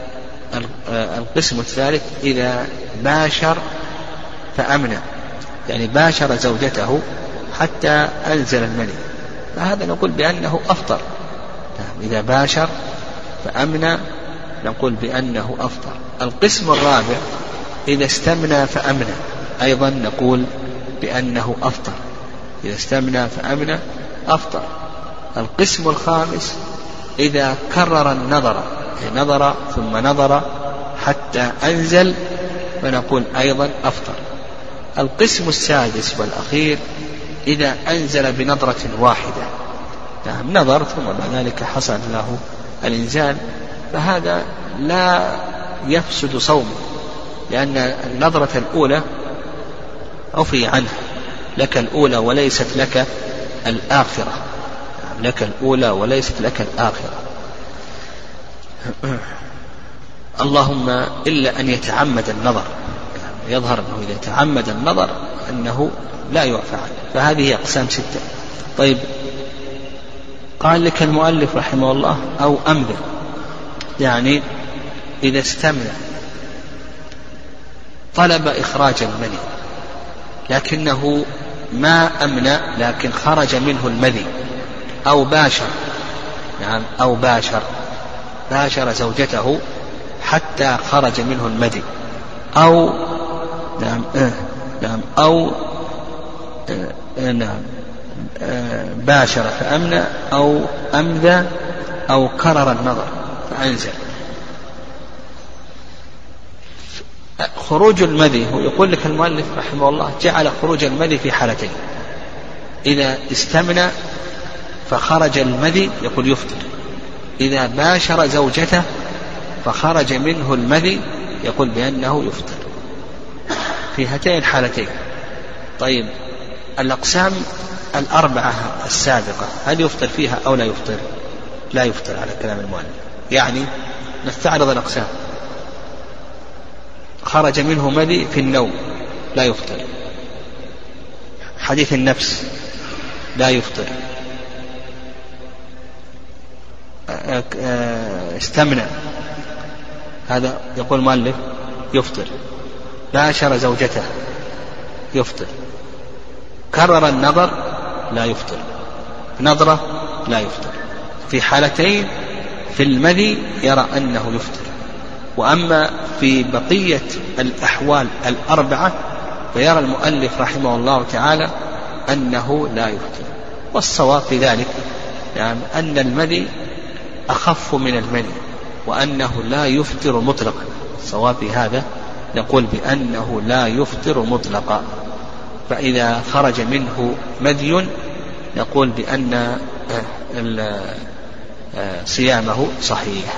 القسم الثالث إذا باشر فأمنى، يعني باشر زوجته حتى أنزل المني، فهذا نقول بأنه أفطر. إذا باشر فأمنى نقول بأنه أفطر. القسم الرابع إذا استمنى فأمنى، أيضا نقول بأنه أفطر. إذا استمنى فأمنى أفطر. القسم الخامس إذا كرر النظر، يعني نظر ثم نظر حتى أنزل، فنقول أيضا أفطر. القسم السادس والأخير إذا أنزل بنظرة واحدة، يعني نظر ثم بعد ذلك حصل له الإنزال، فهذا لا يفسد صومه، لأن النظرة الأولى عفي عنه، لك الأولى وليست لك الآخرة، لك الأولى وليست لك الآخرة. اللهم إلا أن يتعمد النظر، يعني يظهر أنه إذا تعمد النظر أنه لا يعفى عنه، فهذه أقسام ستة. طيب، قال لك المؤلف رحمه الله أو أمذر، يعني إذا استمنى طلب إخراج المني لكنه ما أمنى، لكن خرج منه المني، أو باشر، نعم أو باشر باشر زوجته حتى خرج منه المني، أو نعم آه نعم أو آه نعم آه باشر فأمنى أو أمذى أو كرر النظر فأنزل. خروج المذي، هو يقول لك المؤلف رحمه الله جعل خروج المذي في حالتين: إذا استمنى فخرج المذي يقول يفطر، إذا باشر زوجته فخرج منه المذي يقول بأنه يفطر، في هاتين الحالتين. طيب، الأقسام الأربعة السابقة هل يفطر فيها أو لا يفطر؟ لا يفطر على كلام المؤلف. يعني نستعرض الأقسام: خرج منه مذي في النوم لا يفطر، حديث النفس لا يفطر، استمنى هذا يقول المؤلف يفطر، باشر زوجته يفطر، كرر النظر لا يفطر، نظرة لا يفطر. في حالتين في المذي يرى أنه يفطر، وأما في بقية الأحوال الأربعة فيرى المؤلف رحمه الله تعالى أنه لا يفطر. والصواب في ذلك يعني أن المني أخف من المني وأنه لا يفطر مطلقا. الصواب في هذا نقول بأنه لا يفطر مطلقا. فإذا خرج منه مدي نقول بأن صيامه صحيح.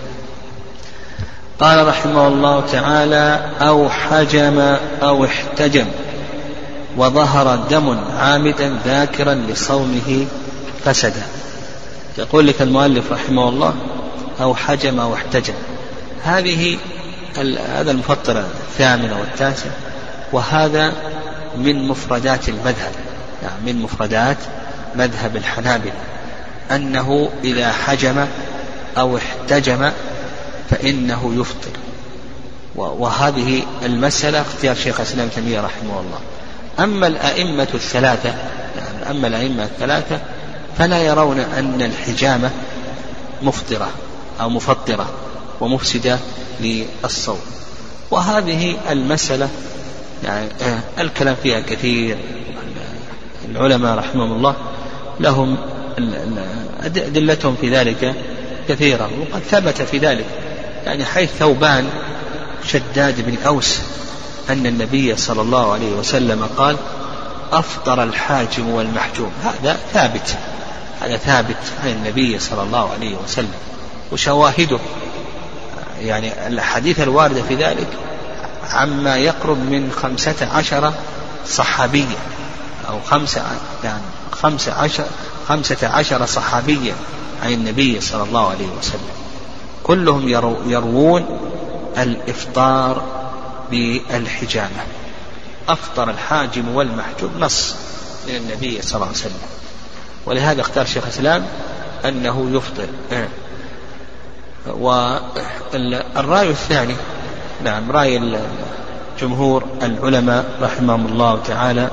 قال رحمه الله تعالى: أو حجم أو احتجم وظهر دم عامدا ذاكرا لصومه فسد. يقول لك المؤلف رحمه الله: أو حجم أو احتجم. هذه هذا المفطر الثامن والتاسع، وهذا من مفردات المذهب، يعني من مفردات مذهب الحنابلة، أنه إذا حجم أو احتجم فإنه يفطر. وهذه المسألة اختيار شيخ الإسلام ابن تيمية رحمه الله. أما الأئمة الثلاثة يعني أما الأئمة الثلاثة فلا يرون أن الحجامة مفطرة أو مفطرة ومفسدة للصوم. وهذه المسألة يعني الكلام فيها كثير، العلماء رحمهم الله لهم أدلتهم في ذلك كثيرة، وقد ثبت في ذلك يعني حيث ثوبان شداد بن أوس أن النبي صلى الله عليه وسلم قال: أفطر الحاجم والمحجوم. هذا ثابت هذا ثابت عن النبي صلى الله عليه وسلم. وشواهده يعني الحديث الواردة في ذلك عما يقرب من خمسة عشر صحابيا أو خمسة يعني خمسة عشر خمسة عشر صحابيا عن النبي صلى الله عليه وسلم، كلهم يرو يروون الإفطار بالحجامة. أفطر الحاجم والمحجوم نص من النبي صلى الله عليه وسلم، ولهذا اختار شيخ الإسلام أنه يفطر. والرأي الثاني نعم رأي جمهور العلماء رحمهم الله تعالى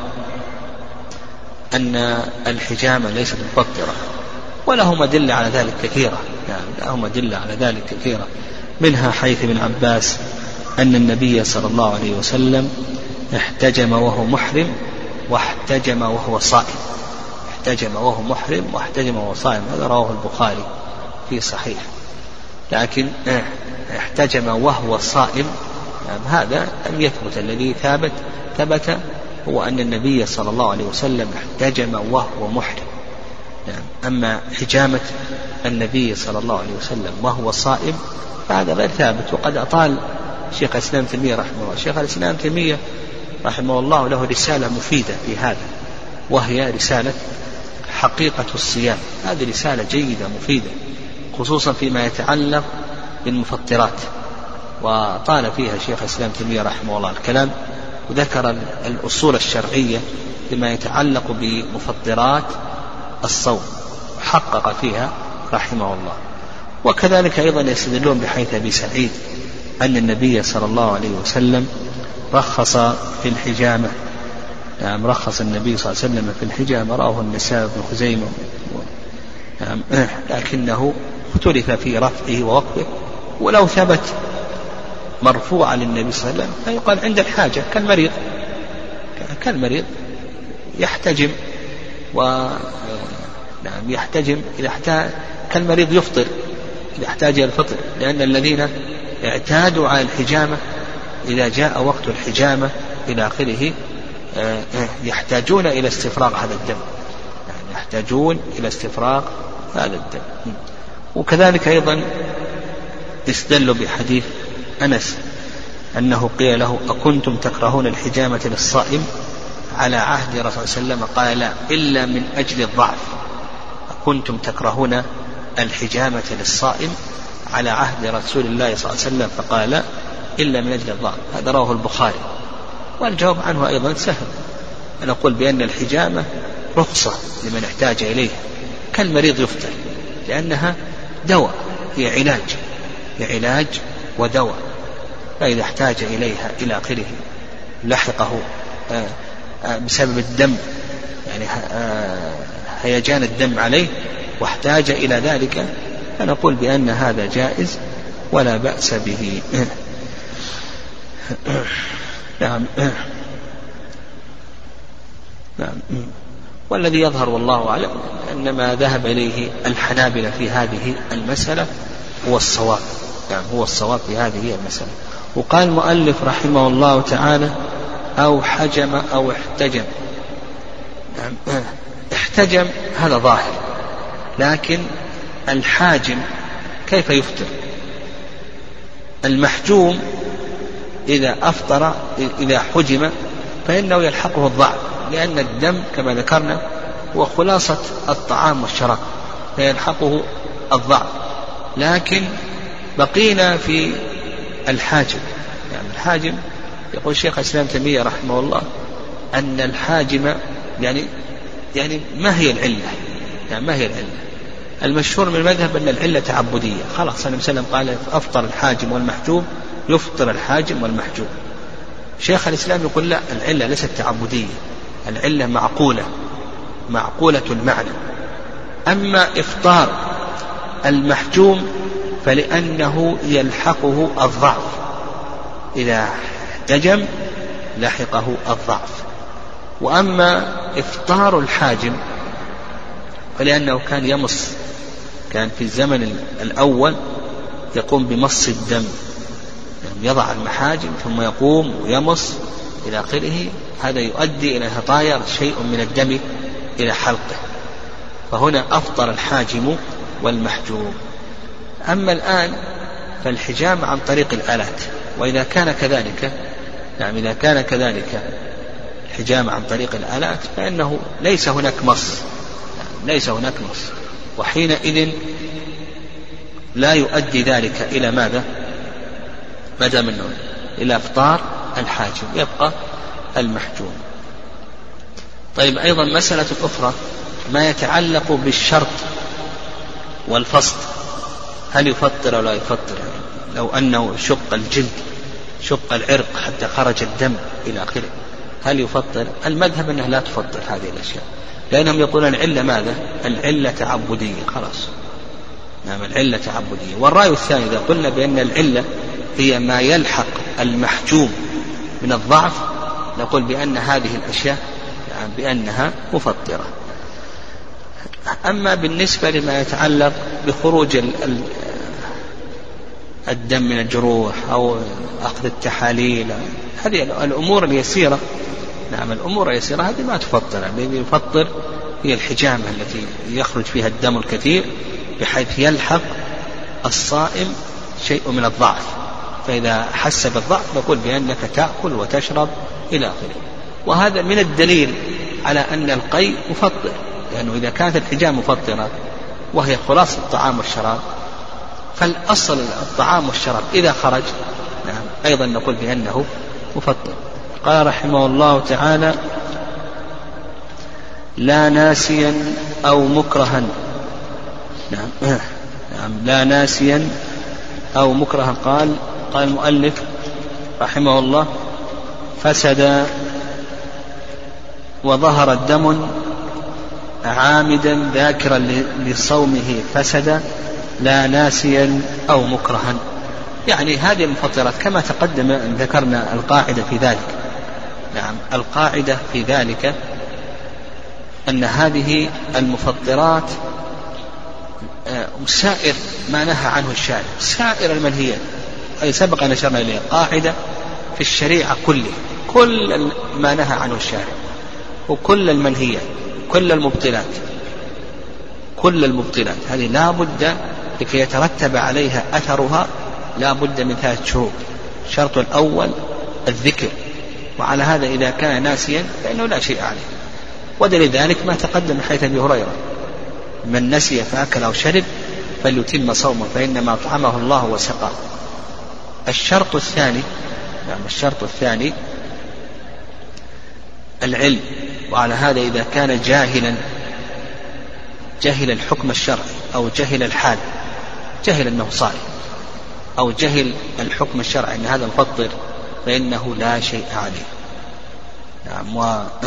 أن الحجامة ليست مفطرة، ولهم أدلة على ذلك كثيرة يعني لهم أدلة على ذلك كثيرة منها حيث ابن عباس أن النبي صلى الله عليه وسلم احتجم وهو محرم واحتجم وهو صائم. احتجم وهو محرم واحتجم وهو صائم، هذا رواه البخاري في صحيح. لكن احتجم وهو صائم يعني هذا لم يثبت. الذي ثابت ثبت هو أن النبي صلى الله عليه وسلم احتجم وهو محرم يعني. أما حجامة النبي صلى الله عليه وسلم وهو صائم فهذا غير ثابت. وقد أطال شيخ الإسلام تيمية رحمه الله شيخ الإسلام تيمية رحمه الله له رسالة مفيدة في هذا، وهي رسالة حقيقة الصيام. هذه رسالة جيدة مفيدة خصوصا فيما يتعلق بالمفطرات، وطال فيها شيخ الإسلام تيمية رحمه الله الكلام، وذكر الأصول الشرعية لما يتعلق بمفطرات الصوم حقق فيها رحمه الله. وكذلك أيضا يستدلون بحيث أبي سعيد أن النبي صلى الله عليه وسلم رخص في الحجامة يعني رخص النبي صلى الله عليه وسلم في الحجامة، رواه النسائي بن خزيمة يعني لكنه اختلف في رفعه ووقفه. ولو ثبت مرفوعا للنبي صلى الله عليه وسلم فيقال عند الحاجة كالمريض كالمريض يحتجم و نعم يحتجم إذا احتاج كالمريض يفطر إذا احتاج إلى الفطر، لأن الذين اعتادوا على الحجامة إذا جاء وقت الحجامة إلى آخره يحتاجون إلى استفراغ هذا الدم يعني يحتاجون إلى استفراغ هذا الدم. وكذلك أيضا استدلوا بحديث أنس أنه قيل له: أكنتم تكرهون الحجامة للصائم على عهد رسول صلى الله عليه وسلم؟ قال: لا، إلا من أجل الضعف. أكنتم تكرهون الحجامة للصائم على عهد رسول الله صلى الله عليه وسلم؟ فقال: لا، إلا من أجل الضعف. هذا رواه البخاري. والجواب عنه أيضا سهل، نقول بأن الحجامة رخصة لمن احتاج إليها كالمريض يفطر، لأنها دواء، هي علاج هي علاج ودواء، فإذا احتاج إليها إلى آخره لحقه بسبب الدم يعني هيجان الدم عليه واحتاج إلى ذلك، فنقول بأن هذا جائز ولا بأس به. نعم. نعم. والذي يظهر والله أعلم أن ما ذهب إليه الحنابلة في هذه المسألة هو الصواب، يعني هو الصواب في هذه المسألة. وقال المؤلف رحمه الله تعالى أو حجم أو احتجم. نعم. احتجم هذا ظاهر، لكن الحاجم كيف يفطر؟ المحجوم إذا أفطر إذا حجم فإنه يلحقه الضعف، لأن الدم كما ذكرنا هو خلاصة الطعام والشراب فيلحقه الضعف. لكن بقينا في الحاجم، يعني الحاجم يقول شيخ الإسلام تيمية رحمه الله أن الحاجم يعني يعني ما هي العلة؟ يعني ما هي العلة؟ المشهور من المذهب أن العلة تعبدية، خلاص النبي صلى الله عليه وسلم قال أفطر الحاجم والمحجوم يفطر الحاجم والمحجوم. شيخ الإسلام يقول لا، العلة ليست تعبدية، العلة معقولة معقولة المعنى. أما إفطار المحجوم فلأنه يلحقه الضعف، إذا احتجم لحقه الضعف. وأما إفطار الحاجم فلأنه كان يمص، كان في الزمن الأول يقوم بمص الدم، يعني يضع المحاجم ثم يقوم ويمص إلى آخره، هذا يؤدي إلى تطاير شيء من الدم إلى حلقه، فهنا أفطر الحاجم والمحجوم. أما الآن فالحجام عن طريق الآلات، وإذا كان كذلك يعني إذا كان كذلك الحجام عن طريق الآلات فإنه ليس هناك مص، يعني ليس هناك مص، وحينئذ لا يؤدي ذلك إلى ماذا؟ ماذا منه؟ إلى إفطار الحاجم، يبقى المحجوم. طيب أيضا مسألة أخرى ما يتعلق بالشرط والفصل، هل يفطر أو لا يفطر؟ لو أنه شق الجلد شق العرق حتى خرج الدم إلى آخره، هل يفطر؟ المذهب أنه لا تفطر هذه الأشياء، لأنهم يقولون العلة ماذا؟ العلة تعبدية، خلاص. نعم، العلة تعبدية. والرأي الثاني إذا قلنا بأن العلة هي ما يلحق المحجوم من الضعف نقول بأن هذه الأشياء يعني بأنها مفطرة. أما بالنسبة لما يتعلق بخروج الدم من الجروح أو أخذ التحاليل، هذه الأمور اليسيرة، نعم الأمور اليسيرة هذه ما تفطر. الذي يفطر هي الحجامة التي يخرج فيها الدم الكثير بحيث يلحق الصائم شيء من الضعف، فإذا حس بالضعف نقول بأنك تأكل وتشرب إلى آخره. وهذا من الدليل على أن القيء مفطر، لأنه إذا كانت الحجامة مفطرة وهي خلاصة الطعام والشراب فالأصل الطعام والشراب إذا خرج نعم أيضا نقول بأنه مفطر. قال رحمه الله تعالى لا ناسيا أو مكرها. نعم نعم لا ناسيا أو مكرها. قال قال المؤلف رحمه الله فسد وظهر الدم عامدا ذاكرا لصومه فسد لا ناسيا أو مكرها. يعني هذه المفطرات كما تقدم ذكرنا القاعدة في ذلك. نعم القاعدة في ذلك أن هذه المفطرات سائر ما نهى عنه الشارع، سائر المنهيات، أي سبق أن أشرنا إليه قاعدة في الشريعة كله، كل ما نهى عنه الشارع وكل المنهيات كل المبطلات كل المبطلات هذه لا بد لكي يترتب عليها أثرها لا بد من ثلاث شروط. الشرط الأول الذكر، وعلى هذا إذا كان ناسيا فإنه لا شيء عليه، ودليل ذلك ما تقدم حيث أبي هريرة من نسي فأكل أو شرب فليتم صومه فإنما أطعمه الله وسقاه. الشرط الثاني نعم الشرط الثاني العلم، وعلى هذا إذا كان جاهلا جهل الحكم الشرعي أو جهل الحال، جهل أنه صائم أو جهل الحكم الشرعي أن هذا مفطر فإنه لا شيء عليه. نعم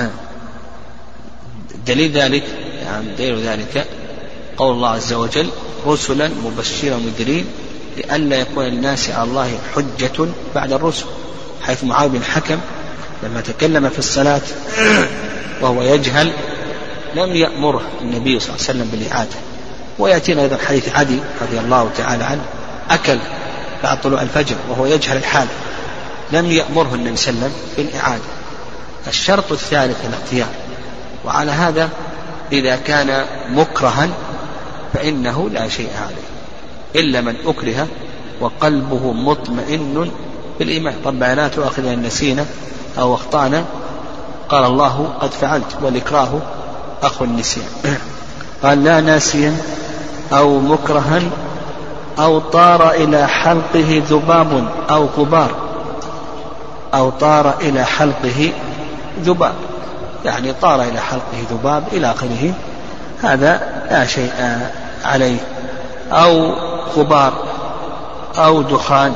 ودليل ذلك نعم دليل ذلك قول الله عز وجل رسلا مبشرين ومنذرين لئلا يكون للناس على الله حجة بعد الرسل، حيث معاذ بن الحكم لما تكلم في الصلاة وهو يجهل لم يأمره النبي صلى الله عليه وسلم بالإعادة. ويأتينا أيضا حديث عدي رضي الله تعالى عنه أكل بعد طلوع الفجر وهو يجهل الحال، لم يأمره النبي صلى الله عليه وسلم بالإعادة. الشرط الثالث الاختيار، وعلى هذا إذا كان مكرها فإنه لا شيء عليه إلا من أكره وقلبه مطمئن بالإيمان. ربنا لا تؤاخذنا إن نسينا أو أخطأنا، قال الله قد فعلت، والإكراه أخو النسيان. قال لا ناسيا أو مكرها أو طار إلى حلقه ذباب أو غبار، أو طار إلى حلقه ذباب يعني طار إلى حلقه ذباب إلى آخره، هذا لا شيء عليه. أو غبار أو دخان،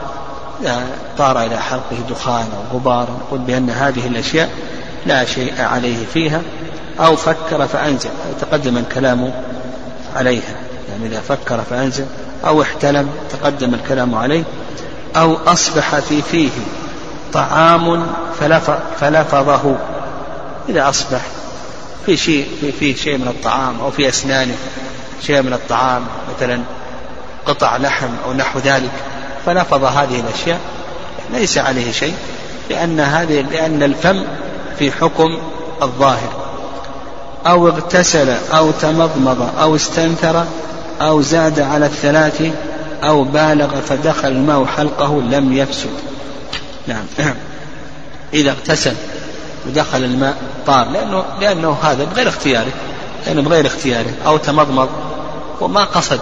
طار إلى حلقه دخان أو غبار، نقول بأن هذه الأشياء لا شيء عليه فيها. أو فكر فأنزل، تقدم الكلام عليها، يعني إذا فكر فأنزل. أو احتلم، تقدم الكلام عليه. أو أصبح في فيه طعام فلفظه، إذا أصبح في شيء في فيه شيء من الطعام أو في أسنانه شيء من الطعام، مثلا قطع لحم أو نحو ذلك، فلفظ هذه الأشياء ليس عليه شيء، لأن هذه لأن الفم في حكم الظاهر. أو اغتسل أو تمضمض أو استنثر أو زاد على الثلاث أو بالغ فدخل الماء حلقه لم يفسد. نعم. إذا اغتسل ودخل الماء طار، لأنه, لأنه هذا بغير اختياره، لأنه بغير اختياره. أو تمضمض وما قصد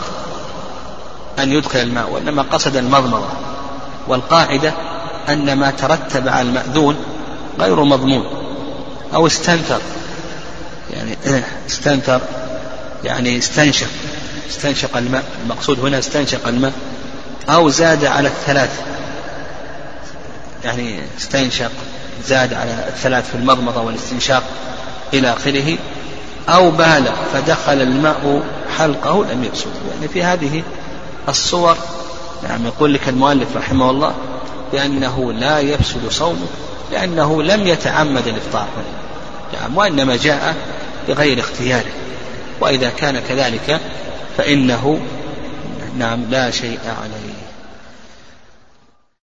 أن يدخل الماء وإنما قصد المضمضة، والقاعدة أن ما ترتب على المأذون غير مضمون. أو استنثر، يعني استنثر يعني استنشق استنشق الماء، المقصود هنا استنشق الماء. أو زاد على الثلاث، يعني استنشق زاد على الثلاث في المضمضة والاستنشاق إلى آخره. أو بالغ فدخل الماء حلقه لم يفسد، يعني في هذه الصور نعم يقول لك المؤلف رحمه الله بأنه لا يفسد صومه، لأنه لم يتعمد الإفطار نعم، وإنما جاء بغير اختياره. وإذا كان كذلك فإنه نعم لا شيء عليه.